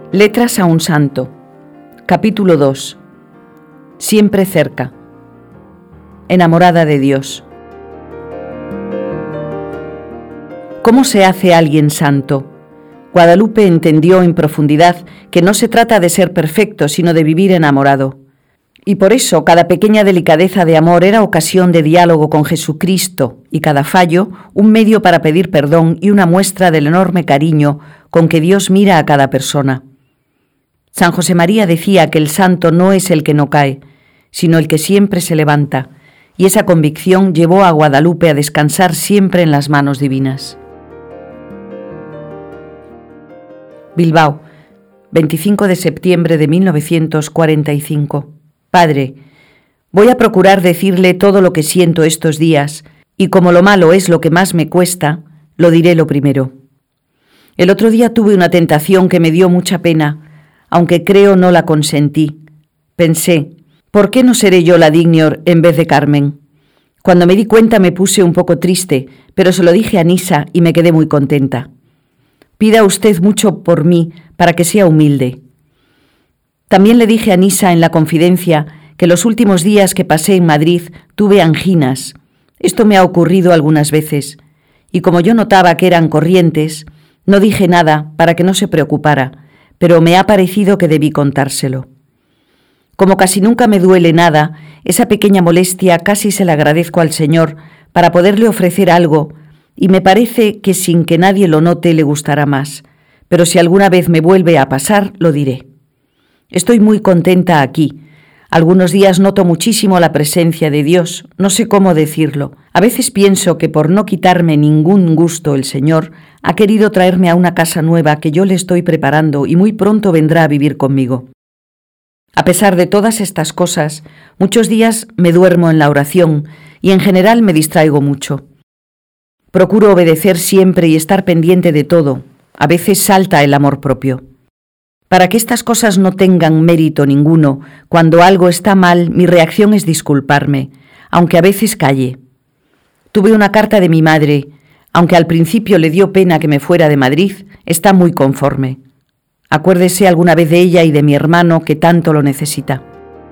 Letras a un santo. Capítulo 2. Siempre cerca. Enamorada de Dios. ¿Cómo se hace alguien santo? Guadalupe entendió en profundidad que no se trata de ser perfecto, sino de vivir enamorado. Y por eso cada pequeña delicadeza de amor era ocasión de diálogo con Jesucristo y cada fallo un medio para pedir perdón y una muestra del enorme cariño con que Dios mira a cada persona. San José María decía que el santo no es el que no cae, sino el que siempre se levanta, y esa convicción llevó a Guadalupe a descansar siempre en las manos divinas. Bilbao, 25 de septiembre de 1945. Padre, voy a procurar decirle todo lo que siento estos días, y como lo malo es lo que más me cuesta, lo diré lo primero. El otro día tuve una tentación que me dio mucha pena, aunque creo no la consentí. Pensé, ¿por qué no seré yo la Dignior en vez de Carmen? Cuando me di cuenta me puse un poco triste, pero se lo dije a Nisa y me quedé muy contenta. Pida usted mucho por mí para que sea humilde. También le dije a Nisa en la confidencia que los últimos días que pasé en Madrid tuve anginas. Esto me ha ocurrido algunas veces, y como yo notaba que eran corrientes, no dije nada para que no se preocupara, pero me ha parecido que debí contárselo. Como casi nunca me duele nada, esa pequeña molestia casi se la agradezco al Señor para poderle ofrecer algo, y me parece que sin que nadie lo note le gustará más, pero si alguna vez me vuelve a pasar, lo diré. Estoy muy contenta aquí. Algunos días noto muchísimo la presencia de Dios, no sé cómo decirlo. A veces pienso que por no quitarme ningún gusto el Señor ha querido traerme a una casa nueva que yo le estoy preparando y muy pronto vendrá a vivir conmigo. A pesar de todas estas cosas, muchos días me duermo en la oración y en general me distraigo mucho. Procuro obedecer siempre y estar pendiente de todo. A veces salta el amor propio. Para que estas cosas no tengan mérito ninguno, cuando algo está mal, mi reacción es disculparme, aunque a veces calle. Tuve una carta de mi madre, aunque al principio le dio pena que me fuera de Madrid, está muy conforme. Acuérdese alguna vez de ella y de mi hermano que tanto lo necesita.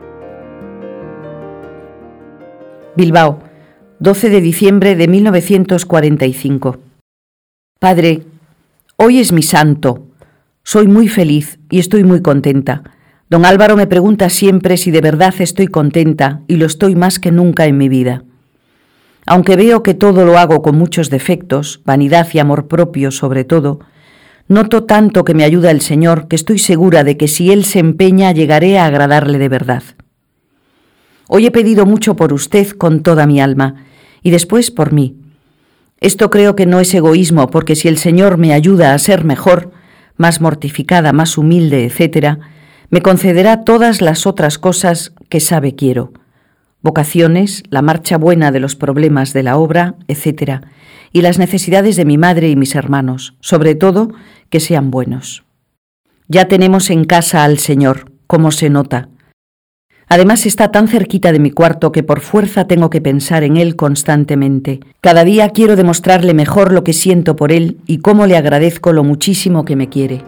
Bilbao, 12 de diciembre de 1945. Padre, hoy es mi santo. Soy muy feliz y estoy muy contenta. Don Álvaro me pregunta siempre si de verdad estoy contenta y lo estoy más que nunca en mi vida. Aunque veo que todo lo hago con muchos defectos, vanidad y amor propio sobre todo, noto tanto que me ayuda el Señor que estoy segura de que si Él se empeña llegaré a agradarle de verdad. Hoy he pedido mucho por usted con toda mi alma y después por mí. Esto creo que no es egoísmo porque si el Señor me ayuda a ser mejor, más mortificada, más humilde, etc., me concederá todas las otras cosas que sabe quiero. Vocaciones, la marcha buena de los problemas de la obra, etc., y las necesidades de mi madre y mis hermanos, sobre todo, que sean buenos. Ya tenemos en casa al Señor, como se nota. Además está tan cerquita de mi cuarto que por fuerza tengo que pensar en Él constantemente. Cada día quiero demostrarle mejor lo que siento por Él y cómo le agradezco lo muchísimo que me quiere.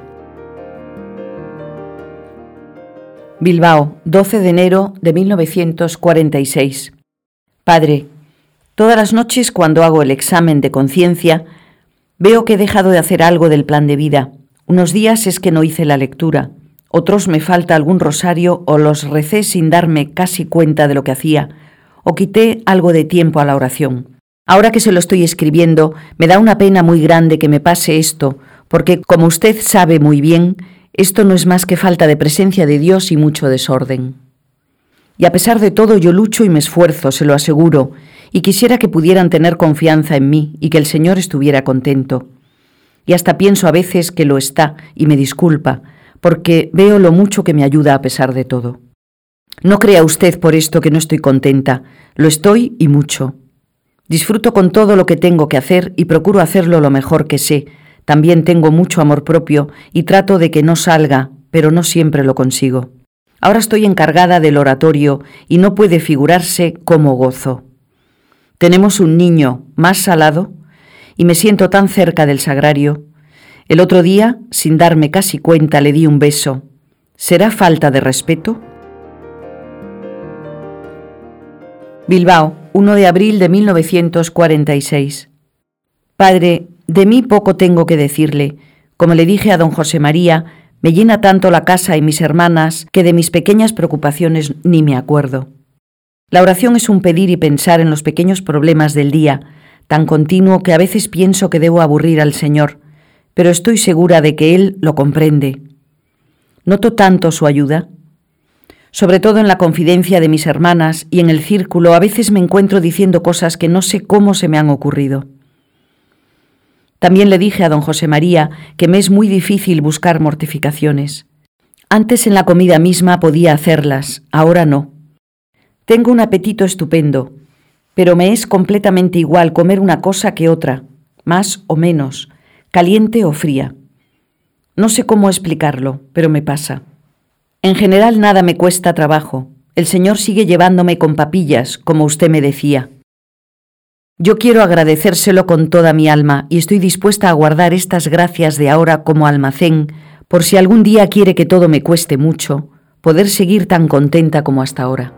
Bilbao, 12 de enero de 1946. Padre, todas las noches cuando hago el examen de conciencia, veo que he dejado de hacer algo del plan de vida. Unos días es que no hice la lectura. Otros me falta algún rosario o los recé sin darme casi cuenta de lo que hacía, o quité algo de tiempo a la oración. Ahora que se lo estoy escribiendo, me da una pena muy grande que me pase esto, porque, como usted sabe muy bien, esto no es más que falta de presencia de Dios y mucho desorden. Y a pesar de todo yo lucho y me esfuerzo, se lo aseguro, y quisiera que pudieran tener confianza en mí y que el Señor estuviera contento. Y hasta pienso a veces que lo está y me disculpa, porque veo lo mucho que me ayuda a pesar de todo. No crea usted por esto que no estoy contenta, lo estoy y mucho. Disfruto con todo lo que tengo que hacer y procuro hacerlo lo mejor que sé. También tengo mucho amor propio y trato de que no salga, pero no siempre lo consigo. Ahora estoy encargada del oratorio y no puede figurarse cómo gozo. Tenemos un niño más salado y me siento tan cerca del sagrario. El otro día, sin darme casi cuenta, le di un beso. ¿Será falta de respeto? Bilbao, 1 de abril de 1946. Padre, de mí poco tengo que decirle. Como le dije a don José María, me llena tanto la casa y mis hermanas que de mis pequeñas preocupaciones ni me acuerdo. La oración es un pedir y pensar en los pequeños problemas del día, tan continuo que a veces pienso que debo aburrir al Señor, pero estoy segura de que Él lo comprende. Noto tanto su ayuda. Sobre todo en la confidencia de mis hermanas y en el círculo, a veces me encuentro diciendo cosas que no sé cómo se me han ocurrido. También le dije a don José María que me es muy difícil buscar mortificaciones. Antes en la comida misma podía hacerlas, ahora no. Tengo un apetito estupendo, pero me es completamente igual comer una cosa que otra, más o menos, caliente o fría. No sé cómo explicarlo, pero me pasa. En general nada me cuesta trabajo. El Señor sigue llevándome con papillas, como usted me decía. Yo quiero agradecérselo con toda mi alma y estoy dispuesta a guardar estas gracias de ahora como almacén, por si algún día quiere que todo me cueste mucho, poder seguir tan contenta como hasta ahora.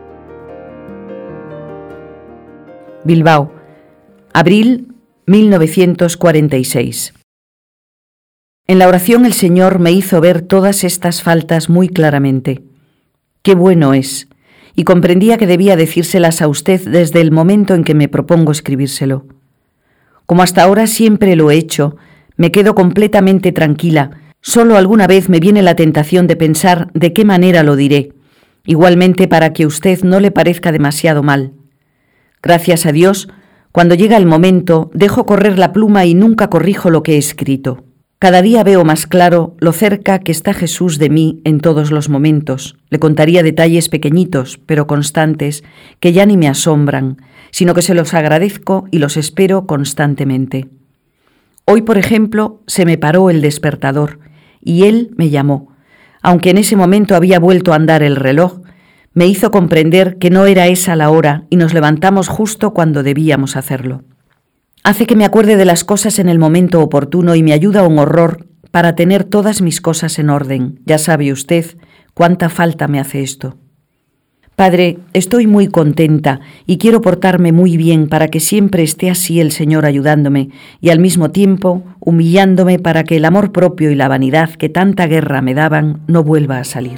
Bilbao, abril 1946. En la oración el Señor me hizo ver todas estas faltas muy claramente. ¡Qué bueno es! Y comprendía que debía decírselas a usted desde el momento en que me propongo escribírselo. Como hasta ahora siempre lo he hecho, me quedo completamente tranquila. Solo alguna vez me viene la tentación de pensar de qué manera lo diré, igualmente para que a usted no le parezca demasiado mal. Gracias a Dios, cuando llega el momento, dejo correr la pluma y nunca corrijo lo que he escrito. Cada día veo más claro lo cerca que está Jesús de mí en todos los momentos. Le contaría detalles pequeñitos, pero constantes, que ya ni me asombran, sino que se los agradezco y los espero constantemente. Hoy, por ejemplo, se me paró el despertador y Él me llamó. Aunque en ese momento había vuelto a andar el reloj, me hizo comprender que no era esa la hora y nos levantamos justo cuando debíamos hacerlo. Hace que me acuerde de las cosas en el momento oportuno y me ayuda un horror para tener todas mis cosas en orden. Ya sabe usted cuánta falta me hace esto. Padre, estoy muy contenta y quiero portarme muy bien para que siempre esté así el Señor ayudándome y al mismo tiempo humillándome para que el amor propio y la vanidad que tanta guerra me daban no vuelva a salir.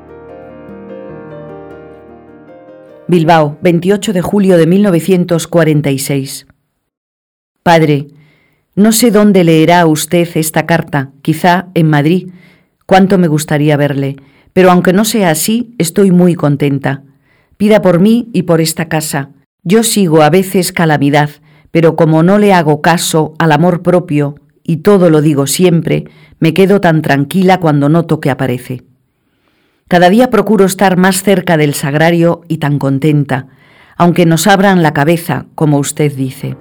Bilbao, 28 de julio de 1946. Padre, no sé dónde leerá usted esta carta, quizá en Madrid. Cuánto me gustaría verle, pero aunque no sea así, estoy muy contenta. Pida por mí y por esta casa. Yo sigo a veces calamidad, pero como no le hago caso al amor propio, y todo lo digo siempre, me quedo tan tranquila cuando noto que aparece. Cada día procuro estar más cerca del sagrario y tan contenta, aunque nos abran la cabeza, como usted dice.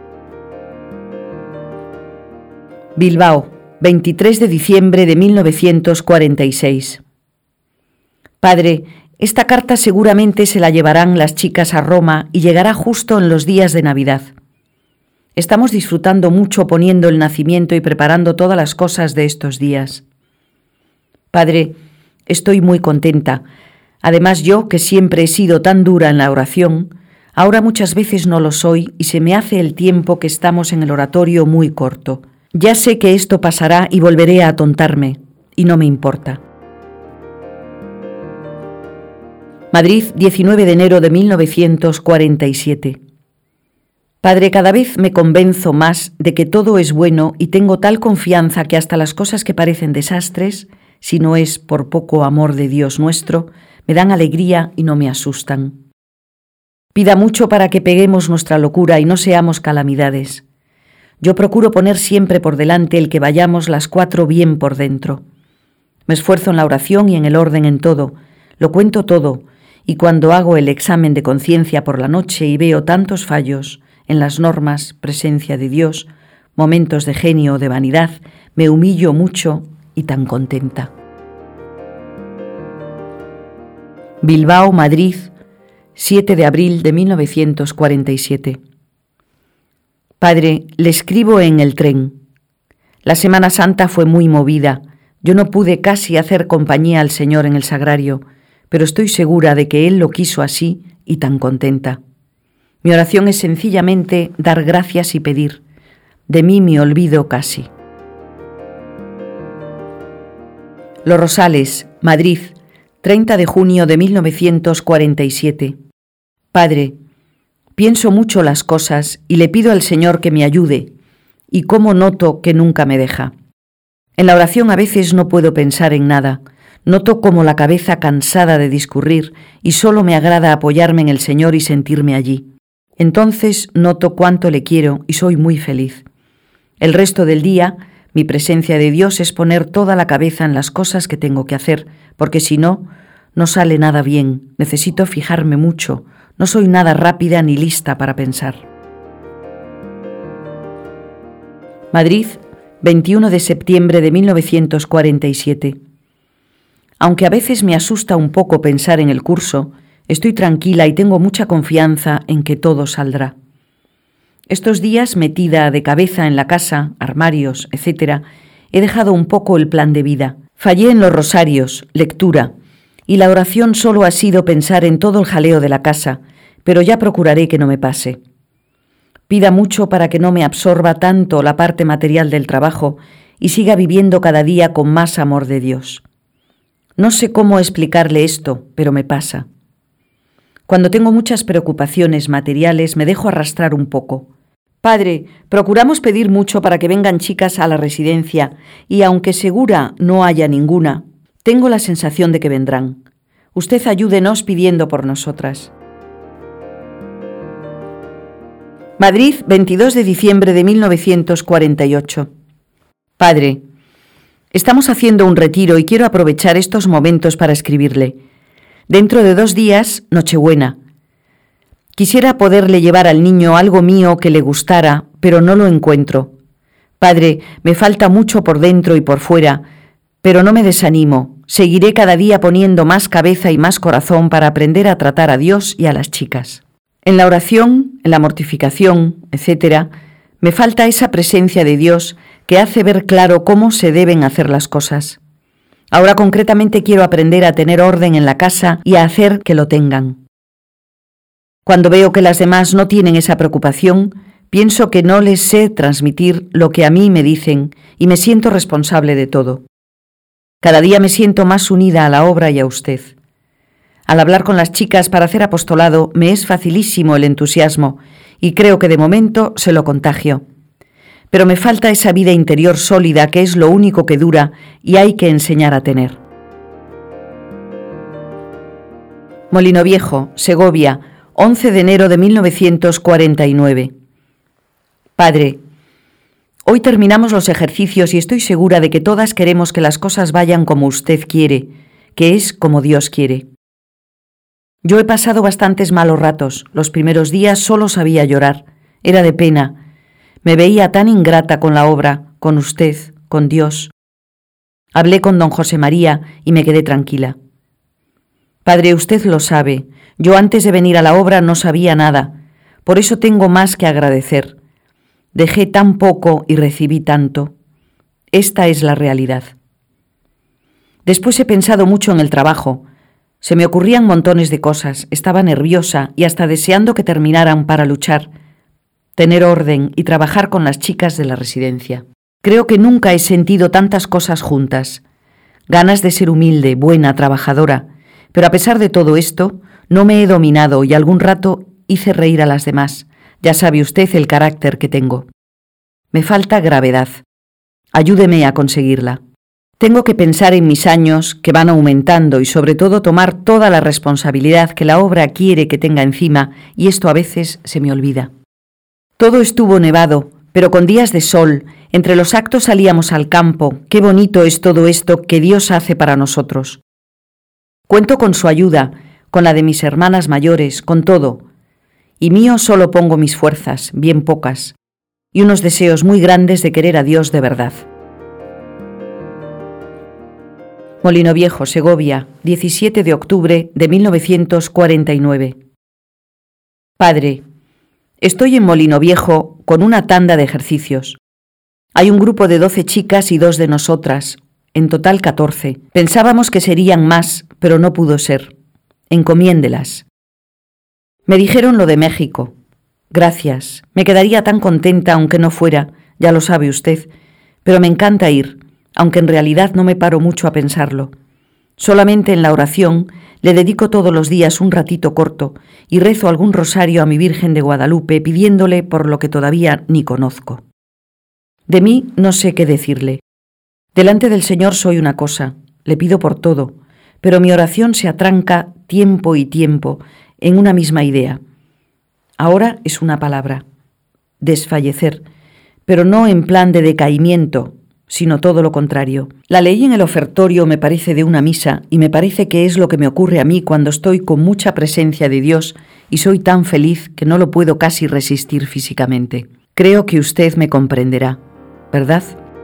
Bilbao, 23 de diciembre de 1946. Padre, esta carta seguramente se la llevarán las chicas a Roma y llegará justo en los días de Navidad. Estamos disfrutando mucho poniendo el nacimiento y preparando todas las cosas de estos días. Padre, estoy muy contenta. Además yo, que siempre he sido tan dura en la oración, ahora muchas veces no lo soy y se me hace el tiempo que estamos en el oratorio muy corto. Ya sé que esto pasará y volveré a atontarme, y no me importa. Madrid, 19 de enero de 1947. Padre, cada vez me convenzo más de que todo es bueno y tengo tal confianza que hasta las cosas que parecen desastres, si no es por poco amor de Dios nuestro, me dan alegría y no me asustan. Pida mucho para que peguemos nuestra locura y no seamos calamidades. Yo procuro poner siempre por delante el que vayamos las 4 bien por dentro. Me esfuerzo en la oración y en el orden en todo, lo cuento todo, y cuando hago el examen de conciencia por la noche y veo tantos fallos en las normas, presencia de Dios, momentos de genio o de vanidad, me humillo mucho y tan contenta. Bilbao, Madrid, 7 de abril de 1947. Padre, le escribo en el tren. La Semana Santa fue muy movida. Yo no pude casi hacer compañía al Señor en el sagrario, pero estoy segura de que Él lo quiso así y tan contenta. Mi oración es sencillamente dar gracias y pedir. De mí me olvido casi. Los Rosales, Madrid, 30 de junio de 1947. Padre, pienso mucho las cosas y le pido al Señor que me ayude, y cómo noto que nunca me deja. En la oración a veces no puedo pensar en nada. Noto como la cabeza cansada de discurrir y solo me agrada apoyarme en el Señor y sentirme allí. Entonces noto cuánto le quiero y soy muy feliz. El resto del día, mi presencia de Dios es poner toda la cabeza en las cosas que tengo que hacer, porque si no, no sale nada bien. Necesito fijarme mucho. No soy nada rápida ni lista para pensar. Madrid, 21 de septiembre de 1947. Aunque a veces me asusta un poco pensar en el curso, estoy tranquila y tengo mucha confianza en que todo saldrá. Estos días, metida de cabeza en la casa, armarios, etc., he dejado un poco el plan de vida. Fallé en los rosarios, lectura, y la oración solo ha sido pensar en todo el jaleo de la casa, pero ya procuraré que no me pase. Pida mucho para que no me absorba tanto la parte material del trabajo y siga viviendo cada día con más amor de Dios. No sé cómo explicarle esto, pero me pasa. Cuando tengo muchas preocupaciones materiales me dejo arrastrar un poco. Padre, procuramos pedir mucho para que vengan chicas a la residencia y aunque segura no haya ninguna, tengo la sensación de que vendrán. Usted ayúdenos pidiendo por nosotras. Madrid, 22 de diciembre de 1948. Padre, estamos haciendo un retiro y quiero aprovechar estos momentos para escribirle. Dentro de 2 días, Nochebuena. Quisiera poderle llevar al niño algo mío que le gustara, pero no lo encuentro. Padre, me falta mucho por dentro y por fuera, pero no me desanimo. Seguiré cada día poniendo más cabeza y más corazón para aprender a tratar a Dios y a las chicas. En la oración, en la mortificación, etc., me falta esa presencia de Dios que hace ver claro cómo se deben hacer las cosas. Ahora concretamente quiero aprender a tener orden en la casa y a hacer que lo tengan. Cuando veo que las demás no tienen esa preocupación, pienso que no les sé transmitir lo que a mí me dicen y me siento responsable de todo. Cada día me siento más unida a la obra y a usted. Al hablar con las chicas para hacer apostolado me es facilísimo el entusiasmo y creo que de momento se lo contagio. Pero me falta esa vida interior sólida que es lo único que dura y hay que enseñar a tener. Molino Viejo, Segovia, 11 de enero de 1949. Padre, hoy terminamos los ejercicios y estoy segura de que todas queremos que las cosas vayan como usted quiere, que es como Dios quiere. Yo he pasado bastantes malos ratos. Los primeros días solo sabía llorar. Era de pena. Me veía tan ingrata con la obra, con usted, con Dios. Hablé con don José María y me quedé tranquila. Padre, usted lo sabe. Yo antes de venir a la obra no sabía nada. Por eso tengo más que agradecer. Dejé tan poco y recibí tanto. Esta es la realidad. Después he pensado mucho en el trabajo. Se me ocurrían montones de cosas, estaba nerviosa y hasta deseando que terminaran para luchar, tener orden y trabajar con las chicas de la residencia. Creo que nunca he sentido tantas cosas juntas. Ganas de ser humilde, buena, trabajadora, pero a pesar de todo esto, no me he dominado y algún rato hice reír a las demás. Ya sabe usted el carácter que tengo. Me falta gravedad. Ayúdeme a conseguirla. Tengo que pensar en mis años que van aumentando y sobre todo tomar toda la responsabilidad que la obra quiere que tenga encima y esto a veces se me olvida. Todo estuvo nevado, pero con días de sol, entre los actos salíamos al campo. Qué bonito es todo esto que Dios hace para nosotros. Cuento con su ayuda, con la de mis hermanas mayores, con todo. Y mío solo pongo mis fuerzas, bien pocas, y unos deseos muy grandes de querer a Dios de verdad. Molino Viejo, Segovia, 17 de octubre de 1949. Padre, estoy en Molino Viejo con una tanda de ejercicios. Hay un grupo de 12 chicas y 2 de nosotras, en total 14. Pensábamos que serían más, pero no pudo ser. Encomiéndelas. Me dijeron lo de México. Gracias. Me quedaría tan contenta aunque no fuera, ya lo sabe usted, pero me encanta ir, aunque en realidad no me paro mucho a pensarlo. Solamente en la oración le dedico todos los días un ratito corto y rezo algún rosario a mi Virgen de Guadalupe pidiéndole por lo que todavía ni conozco. De mí no sé qué decirle. Delante del Señor soy una cosa, le pido por todo, pero mi oración se atranca tiempo y tiempo en una misma idea. Ahora es una palabra, desfallecer, pero no en plan de decaimiento, sino todo lo contrario. La leí en el ofertorio, me parece, de una misa, y me parece que es lo que me ocurre a mí cuando estoy con mucha presencia de Dios y soy tan feliz que no lo puedo casi resistir físicamente. Creo que usted me comprenderá, ¿verdad?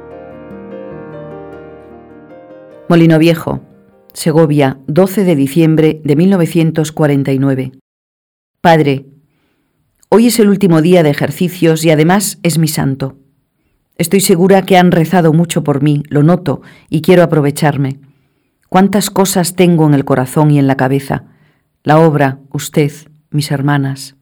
Molino Viejo, Segovia, 12 de diciembre de 1949. Padre, hoy es el último día de ejercicios y además es mi santo. Estoy segura que han rezado mucho por mí, lo noto, y quiero aprovecharme. Cuántas cosas tengo en el corazón y en la cabeza. La obra, usted, mis hermanas.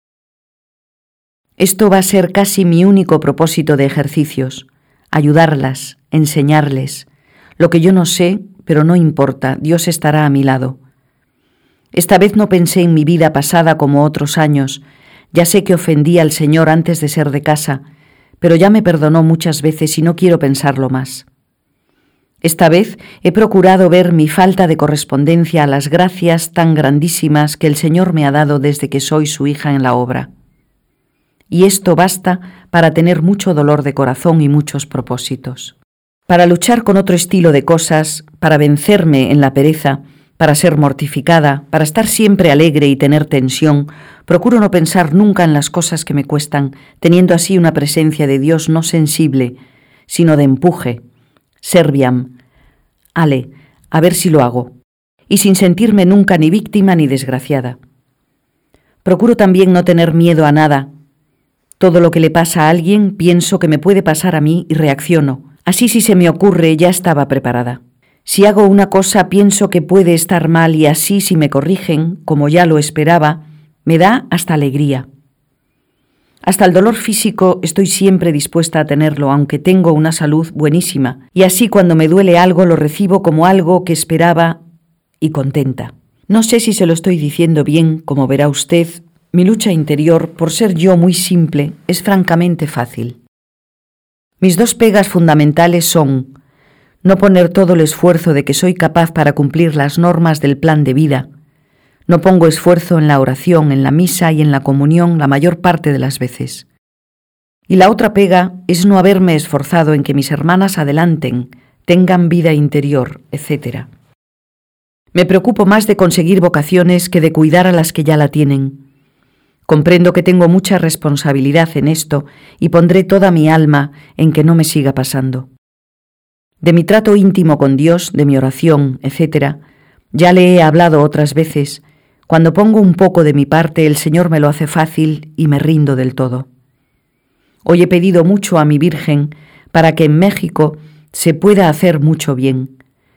Esto va a ser casi mi único propósito de ejercicios, ayudarlas, enseñarles. Lo que yo no sé, pero no importa, Dios estará a mi lado. Esta vez no pensé en mi vida pasada como otros años. Ya sé que ofendí al Señor antes de ser de casa, pero ya me perdonó muchas veces y no quiero pensarlo más. Esta vez he procurado ver mi falta de correspondencia a las gracias tan grandísimas que el Señor me ha dado desde que soy su hija en la obra. Y esto basta para tener mucho dolor de corazón y muchos propósitos. Para luchar con otro estilo de cosas, para vencerme en la pereza, para ser mortificada, para estar siempre alegre y tener tensión, procuro no pensar nunca en las cosas que me cuestan, teniendo así una presencia de Dios no sensible, sino de empuje. Serviam. Ale, a ver si lo hago. Y sin sentirme nunca ni víctima ni desgraciada. Procuro también no tener miedo a nada. Todo lo que le pasa a alguien pienso que me puede pasar a mí y reacciono. Así si se me ocurre ya estaba preparada. Si hago una cosa pienso que puede estar mal y así si me corrigen, como ya lo esperaba, me da hasta alegría. Hasta el dolor físico estoy siempre dispuesta a tenerlo, aunque tengo una salud buenísima, y así cuando me duele algo lo recibo como algo que esperaba y contenta. No sé si se lo estoy diciendo bien, como verá usted, mi lucha interior, por ser yo muy simple, es francamente fácil. Mis dos pegas fundamentales son no poner todo el esfuerzo de que soy capaz para cumplir las normas del plan de vida. No pongo esfuerzo en la oración, en la misa y en la comunión la mayor parte de las veces. Y la otra pega es no haberme esforzado en que mis hermanas adelanten, tengan vida interior, etc. Me preocupo más de conseguir vocaciones que de cuidar a las que ya la tienen. Comprendo que tengo mucha responsabilidad en esto y pondré toda mi alma en que no me siga pasando. De mi trato íntimo con Dios, de mi oración, etc., ya le he hablado otras veces. Cuando pongo un poco de mi parte, el Señor me lo hace fácil y me rindo del todo. Hoy he pedido mucho a mi Virgen para que en México se pueda hacer mucho bien.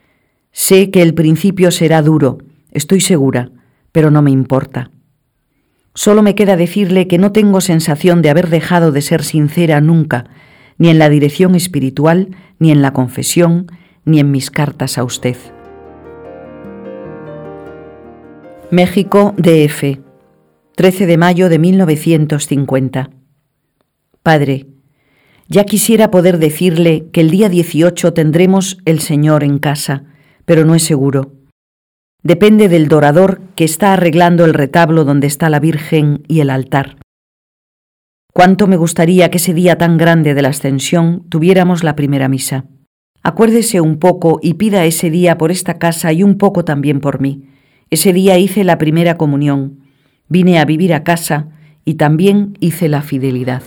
Sé que el principio será duro, estoy segura, pero no me importa. Solo me queda decirle que no tengo sensación de haber dejado de ser sincera nunca, ni en la dirección espiritual, ni en la confesión, ni en mis cartas a usted. México, DF, 13 de mayo de 1950. Padre, ya quisiera poder decirle que el día 18 tendremos el Señor en casa, pero no es seguro. Depende del dorador que está arreglando el retablo donde está la Virgen y el altar. Cuánto me gustaría que ese día tan grande de la Ascensión tuviéramos la primera misa. Acuérdese un poco y pida ese día por esta casa y un poco también por mí. Ese día hice la primera comunión, vine a vivir a casa y también hice la fidelidad.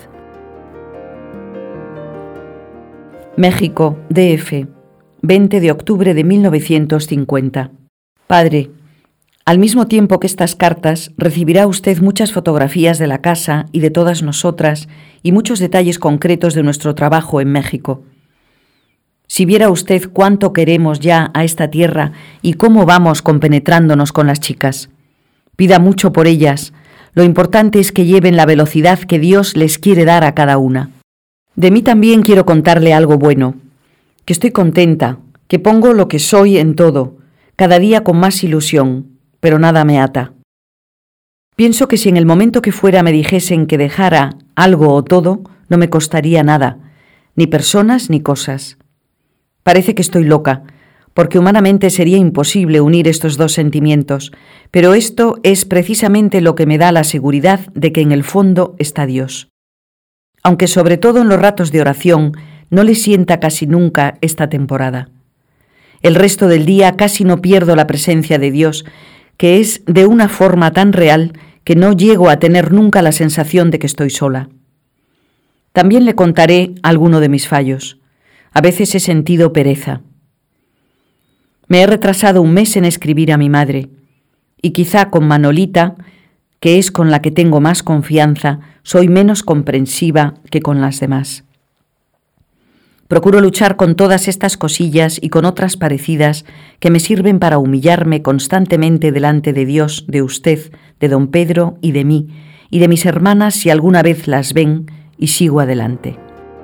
México, DF, 20 de octubre de 1950. Padre, Al mismo tiempo que estas cartas, recibirá usted muchas fotografías de la casa y de todas nosotras y muchos detalles concretos de nuestro trabajo en México. Si viera usted cuánto queremos ya a esta tierra y cómo vamos compenetrándonos con las chicas. Pida mucho por ellas. Lo importante es que lleven la velocidad que Dios les quiere dar a cada una. De mí también quiero contarle algo bueno, que estoy contenta, que pongo lo que soy en todo, cada día con más ilusión, pero nada me ata. Pienso que si en el momento que fuera me dijesen que dejara algo o todo, no me costaría nada, ni personas ni cosas. Parece que estoy loca, porque humanamente sería imposible unir estos dos sentimientos, pero esto es precisamente lo que me da la seguridad de que en el fondo está Dios. Aunque sobre todo en los ratos de oración no le sienta casi nunca esta temporada. El resto del día casi no pierdo la presencia de Dios, que es de una forma tan real que no llego a tener nunca la sensación de que estoy sola. También le contaré alguno de mis fallos. A veces he sentido pereza. Me he retrasado un mes en escribir a mi madre, y quizá con Manolita, que es con la que tengo más confianza, soy menos comprensiva que con las demás. Procuro luchar con todas estas cosillas y con otras parecidas que me sirven para humillarme constantemente delante de Dios, de usted, de don Pedro y de mí, y de mis hermanas si alguna vez las ven, y sigo adelante.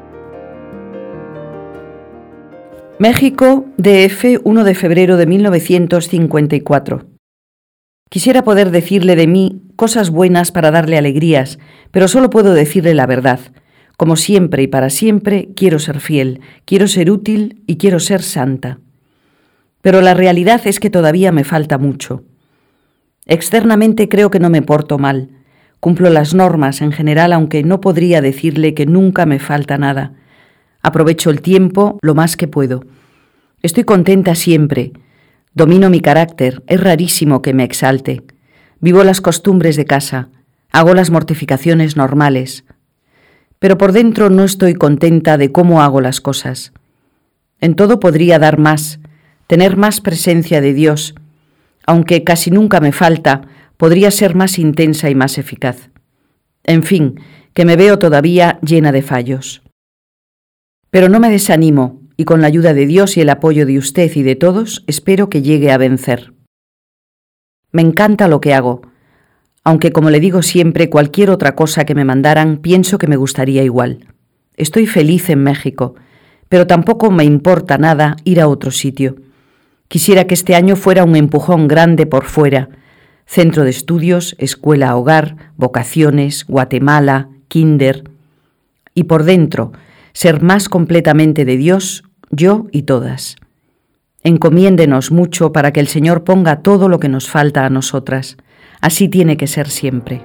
México, DF, 1 de febrero de 1954. Quisiera poder decirle de mí cosas buenas para darle alegrías, pero solo puedo decirle la verdad. Como siempre y para siempre, quiero ser fiel, quiero ser útil y quiero ser santa. Pero la realidad es que todavía me falta mucho. Externamente creo que no me porto mal. Cumplo las normas en general, aunque no podría decirle que nunca me falta nada. Aprovecho el tiempo lo más que puedo. Estoy contenta siempre. Domino mi carácter, es rarísimo que me exalte. Vivo las costumbres de casa, hago las mortificaciones normales. Pero por dentro no estoy contenta de cómo hago las cosas. En todo podría dar más, tener más presencia de Dios. Aunque casi nunca me falta, podría ser más intensa y más eficaz. En fin, que me veo todavía llena de fallos. Pero no me desanimo, y con la ayuda de Dios y el apoyo de usted y de todos, espero que llegue a vencer. Me encanta lo que hago, aunque como le digo siempre, cualquier otra cosa que me mandaran, pienso que me gustaría igual. Estoy feliz en México, pero tampoco me importa nada ir a otro sitio. Quisiera que este año fuera un empujón grande por fuera. Centro de estudios, escuela-hogar, vocaciones, Guatemala, kinder. Y por dentro, ser más completamente de Dios, yo y todas. Encomiéndenos mucho para que el Señor ponga todo lo que nos falta a nosotras. Así tiene que ser siempre.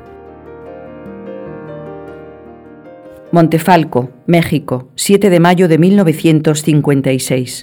Montefalco, México, 7 de mayo de 1956.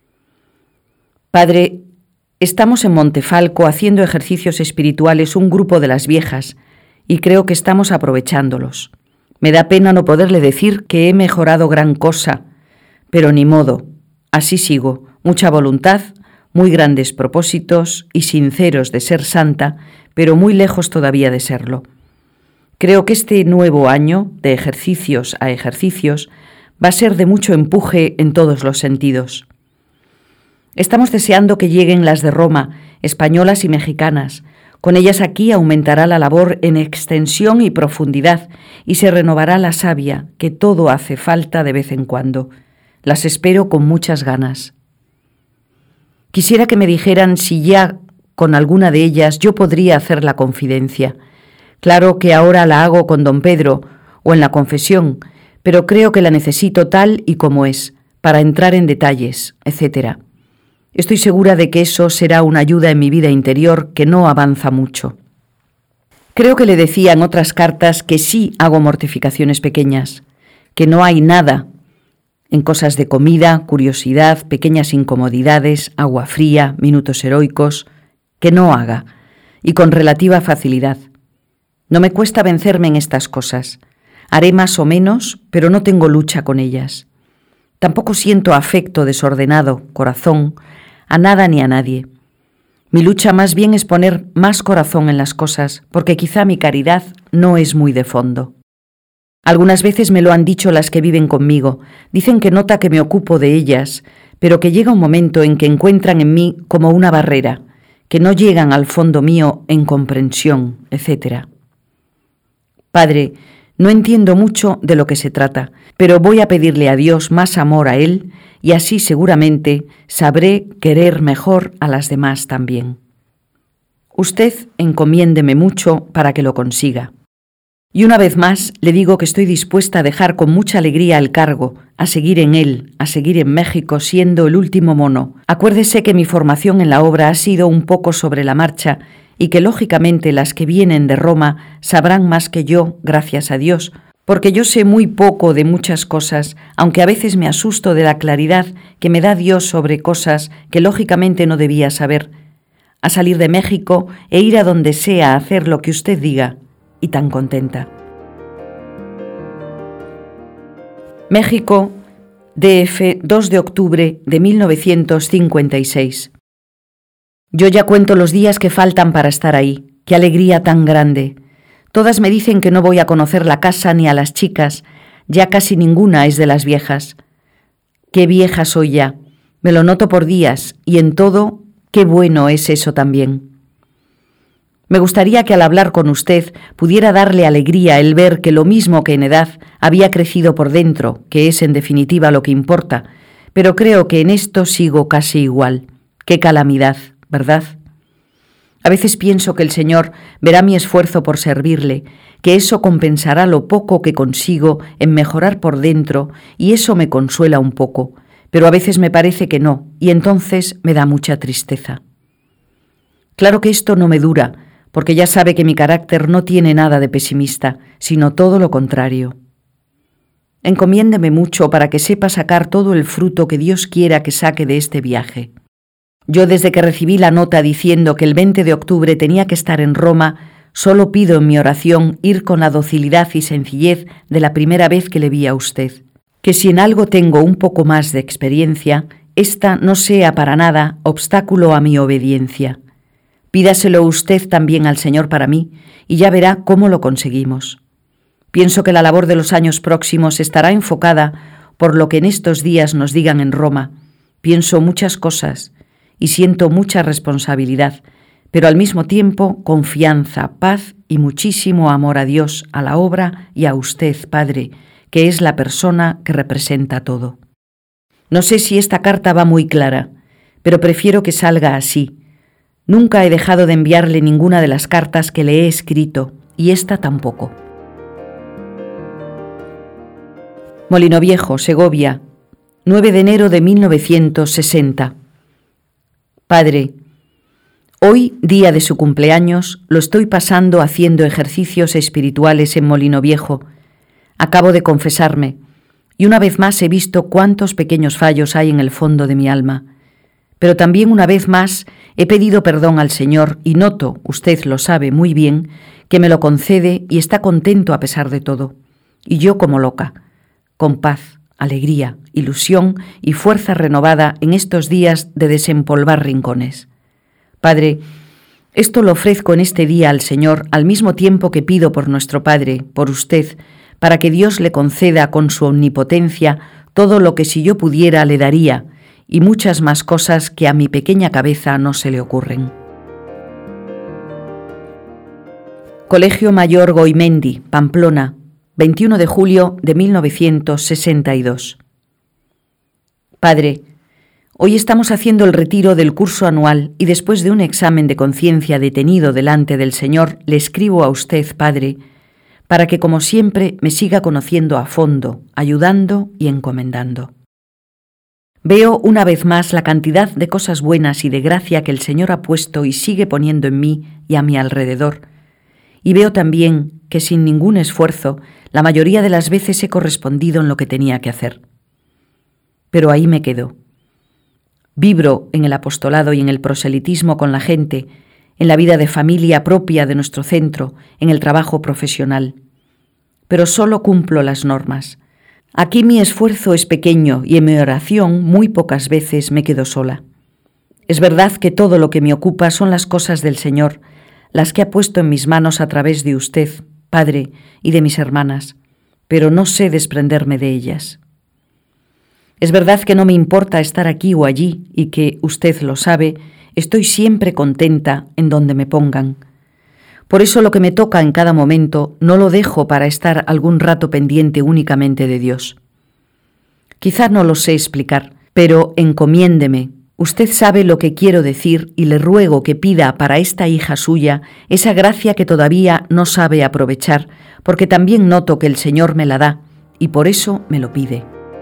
Padre, estamos en Montefalco haciendo ejercicios espirituales un grupo de las viejas y creo que estamos aprovechándolos. Me da pena no poderle decir que he mejorado gran cosa, pero ni modo, así sigo, mucha voluntad, muy grandes propósitos y sinceros de ser santa, pero muy lejos todavía de serlo. Creo que este nuevo año, de ejercicios a ejercicios, va a ser de mucho empuje en todos los sentidos. Estamos deseando que lleguen las de Roma, españolas y mexicanas. Con ellas aquí aumentará la labor en extensión y profundidad y se renovará la savia, que todo hace falta de vez en cuando. Las espero con muchas ganas. Quisiera que me dijeran si ya con alguna de ellas yo podría hacer la confidencia. Claro que ahora la hago con don Pedro o en la confesión, pero creo que la necesito tal y como es, para entrar en detalles, etc. Estoy segura de que eso será una ayuda en mi vida interior que no avanza mucho. Creo que le decía en otras cartas que sí hago mortificaciones pequeñas, que no hay nada en cosas de comida, curiosidad, pequeñas incomodidades, agua fría, minutos heroicos, que no haga, y con relativa facilidad. No me cuesta vencerme en estas cosas. Haré más o menos, pero no tengo lucha con ellas. Tampoco siento afecto desordenado, corazón, a nada ni a nadie. Mi lucha más bien es poner más corazón en las cosas, porque quizá mi caridad no es muy de fondo. Algunas veces me lo han dicho las que viven conmigo, dicen que nota que me ocupo de ellas, pero que llega un momento en que encuentran en mí como una barrera, que no llegan al fondo mío en comprensión, etc. Padre, no entiendo mucho de lo que se trata, pero voy a pedirle a Dios más amor a Él y así seguramente sabré querer mejor a las demás también. Usted encomiéndeme mucho para que lo consiga. Y una vez más le digo que estoy dispuesta a dejar con mucha alegría el cargo, a seguir en él, a seguir en México siendo el último mono. Acuérdese que mi formación en la obra ha sido un poco sobre la marcha y que lógicamente las que vienen de Roma sabrán más que yo, gracias a Dios, porque yo sé muy poco de muchas cosas, aunque a veces me asusto de la claridad que me da Dios sobre cosas que lógicamente no debía saber. A salir de México e ir a donde sea a hacer lo que usted diga, y tan contenta. México, DF, 2 de octubre de 1956. Yo ya cuento los días que faltan para estar ahí. ¡Qué alegría tan grande! Todas me dicen que no voy a conocer la casa ni a las chicas, ya casi ninguna es de las viejas. ¡Qué vieja soy ya! Me lo noto por días, y en todo, qué bueno es eso también. Me gustaría que al hablar con usted pudiera darle alegría el ver que lo mismo que en edad había crecido por dentro, que es en definitiva lo que importa, pero creo que en esto sigo casi igual. ¡Qué calamidad!, ¿verdad? A veces pienso que el Señor verá mi esfuerzo por servirle, que eso compensará lo poco que consigo en mejorar por dentro y eso me consuela un poco, pero a veces me parece que no y entonces me da mucha tristeza. Claro que esto no me dura, porque ya sabe que mi carácter no tiene nada de pesimista, sino todo lo contrario. Encomiéndeme mucho para que sepa sacar todo el fruto que Dios quiera que saque de este viaje. Yo desde que recibí la nota diciendo que el 20 de octubre tenía que estar en Roma, solo pido en mi oración ir con la docilidad y sencillez de la primera vez que le vi a usted. Que si en algo tengo un poco más de experiencia, esta no sea para nada obstáculo a mi obediencia. Pídaselo usted también al Señor para mí y ya verá cómo lo conseguimos. Pienso que la labor de los años próximos estará enfocada por lo que en estos días nos digan en Roma. Pienso muchas cosas y siento mucha responsabilidad, pero al mismo tiempo confianza, paz y muchísimo amor a Dios, a la obra y a usted, Padre, que es la persona que representa todo. No sé si esta carta va muy clara, pero prefiero que salga así. Nunca he dejado de enviarle ninguna de las cartas que le he escrito, y esta tampoco. Molino Viejo, Segovia, 9 de enero de 1960. Padre, hoy, día de su cumpleaños, lo estoy pasando haciendo ejercicios espirituales en Molino Viejo. Acabo de confesarme, y una vez más he visto cuántos pequeños fallos hay en el fondo de mi alma. Pero también una vez más he pedido perdón al Señor y noto, usted lo sabe muy bien, que me lo concede y está contento a pesar de todo. Y yo como loca, con paz, alegría, ilusión y fuerza renovada en estos días de desempolvar rincones. Padre, esto lo ofrezco en este día al Señor al mismo tiempo que pido por nuestro Padre, por usted, para que Dios le conceda con su omnipotencia todo lo que si yo pudiera le daría, y muchas más cosas que a mi pequeña cabeza no se le ocurren. Colegio Mayor Goimendi, Pamplona, 21 de julio de 1962. Padre, hoy estamos haciendo el retiro del curso anual y después de un examen de conciencia detenido delante del Señor, le escribo a usted, Padre, para que como siempre me siga conociendo a fondo, ayudando y encomendando. Veo una vez más la cantidad de cosas buenas y de gracia que el Señor ha puesto y sigue poniendo en mí y a mi alrededor. Y veo también que sin ningún esfuerzo, la mayoría de las veces he correspondido en lo que tenía que hacer. Pero ahí me quedo. Vibro en el apostolado y en el proselitismo con la gente, en la vida de familia propia de nuestro centro, en el trabajo profesional. Pero solo cumplo las normas. Aquí mi esfuerzo es pequeño y en mi oración muy pocas veces me quedo sola. Es verdad que todo lo que me ocupa son las cosas del Señor, las que ha puesto en mis manos a través de usted, Padre, y de mis hermanas, pero no sé desprenderme de ellas. Es verdad que no me importa estar aquí o allí y que, usted lo sabe, estoy siempre contenta en donde me pongan. Por eso lo que me toca en cada momento no lo dejo para estar algún rato pendiente únicamente de Dios. Quizá no lo sé explicar, pero encomiéndeme. Usted sabe lo que quiero decir y le ruego que pida para esta hija suya esa gracia que todavía no sabe aprovechar, porque también noto que el Señor me la da y por eso me lo pide.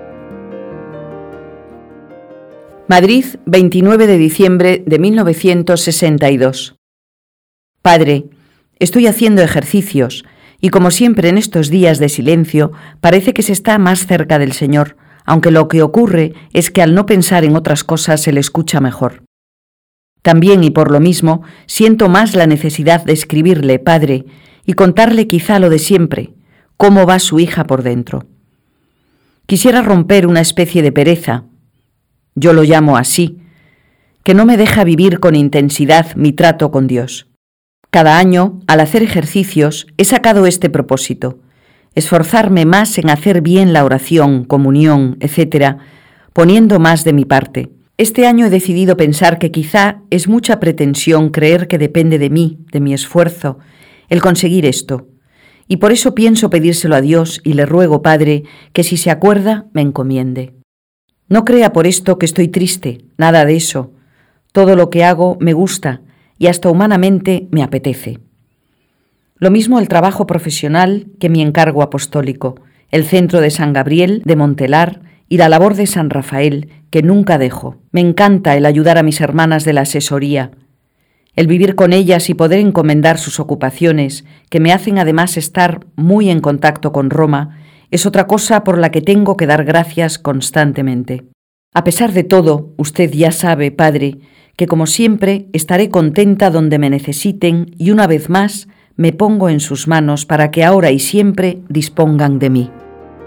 Madrid, 29 de diciembre de 1962. Padre, estoy haciendo ejercicios y como siempre en estos días de silencio parece que se está más cerca del Señor, aunque lo que ocurre es que al no pensar en otras cosas se le escucha mejor. También y por lo mismo siento más la necesidad de escribirle, Padre, y contarle quizá lo de siempre, cómo va su hija por dentro. Quisiera romper una especie de pereza, yo lo llamo así, que no me deja vivir con intensidad mi trato con Dios. Cada año, al hacer ejercicios, he sacado este propósito, esforzarme más en hacer bien la oración, comunión, etc., poniendo más de mi parte. Este año he decidido pensar que quizá es mucha pretensión creer que depende de mí, de mi esfuerzo, el conseguir esto. Y por eso pienso pedírselo a Dios y le ruego, Padre, que si se acuerda, me encomiende. No crea por esto que estoy triste, nada de eso. Todo lo que hago me gusta y hasta humanamente me apetece. Lo mismo el trabajo profesional que mi encargo apostólico, el centro de San Gabriel, de Montelar y la labor de San Rafael, que nunca dejo. Me encanta el ayudar a mis hermanas de la asesoría, el vivir con ellas y poder encomendar sus ocupaciones, que me hacen además estar muy en contacto con Roma, es otra cosa por la que tengo que dar gracias constantemente. A pesar de todo, usted ya sabe, Padre, que como siempre estaré contenta donde me necesiten y una vez más me pongo en sus manos para que ahora y siempre dispongan de mí.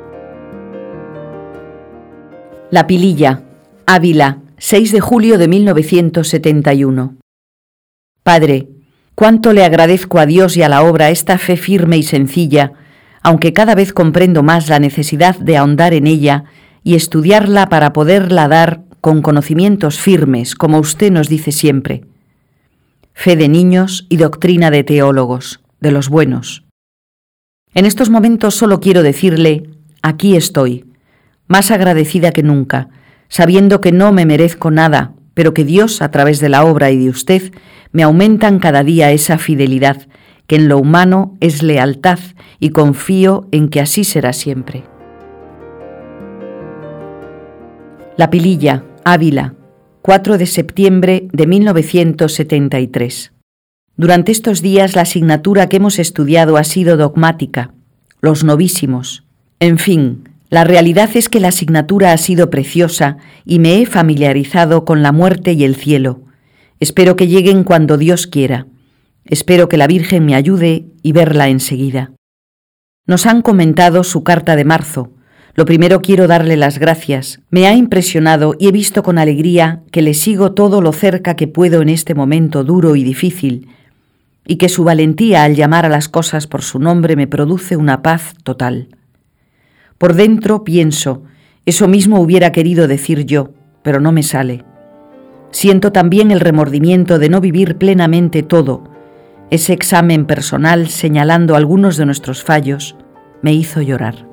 La Pililla, Ávila, 6 de julio de 1971. Padre, cuánto le agradezco a Dios y a la obra esta fe firme y sencilla, aunque cada vez comprendo más la necesidad de ahondar en ella y estudiarla para poderla dar con conocimientos firmes, como usted nos dice siempre. Fe de niños y doctrina de teólogos, de los buenos. En estos momentos solo quiero decirle, aquí estoy, más agradecida que nunca, sabiendo que no me merezco nada, pero que Dios, a través de la obra y de usted, me aumentan cada día esa fidelidad, que en lo humano es lealtad, y confío en que así será siempre. La Pililla, Ávila, 4 de septiembre de 1973. Durante estos días la asignatura que hemos estudiado ha sido dogmática, los novísimos. En fin, la realidad es que la asignatura ha sido preciosa y me he familiarizado con la muerte y el cielo. Espero que lleguen cuando Dios quiera. Espero que la Virgen me ayude y verla enseguida. Nos han comentado su carta de marzo. Lo primero quiero darle las gracias. Me ha impresionado y he visto con alegría que le sigo todo lo cerca que puedo en este momento duro y difícil, y que su valentía al llamar a las cosas por su nombre me produce una paz total. Por dentro pienso, eso mismo hubiera querido decir yo, pero no me sale. Siento también el remordimiento de no vivir plenamente todo. Ese examen personal señalando algunos de nuestros fallos me hizo llorar.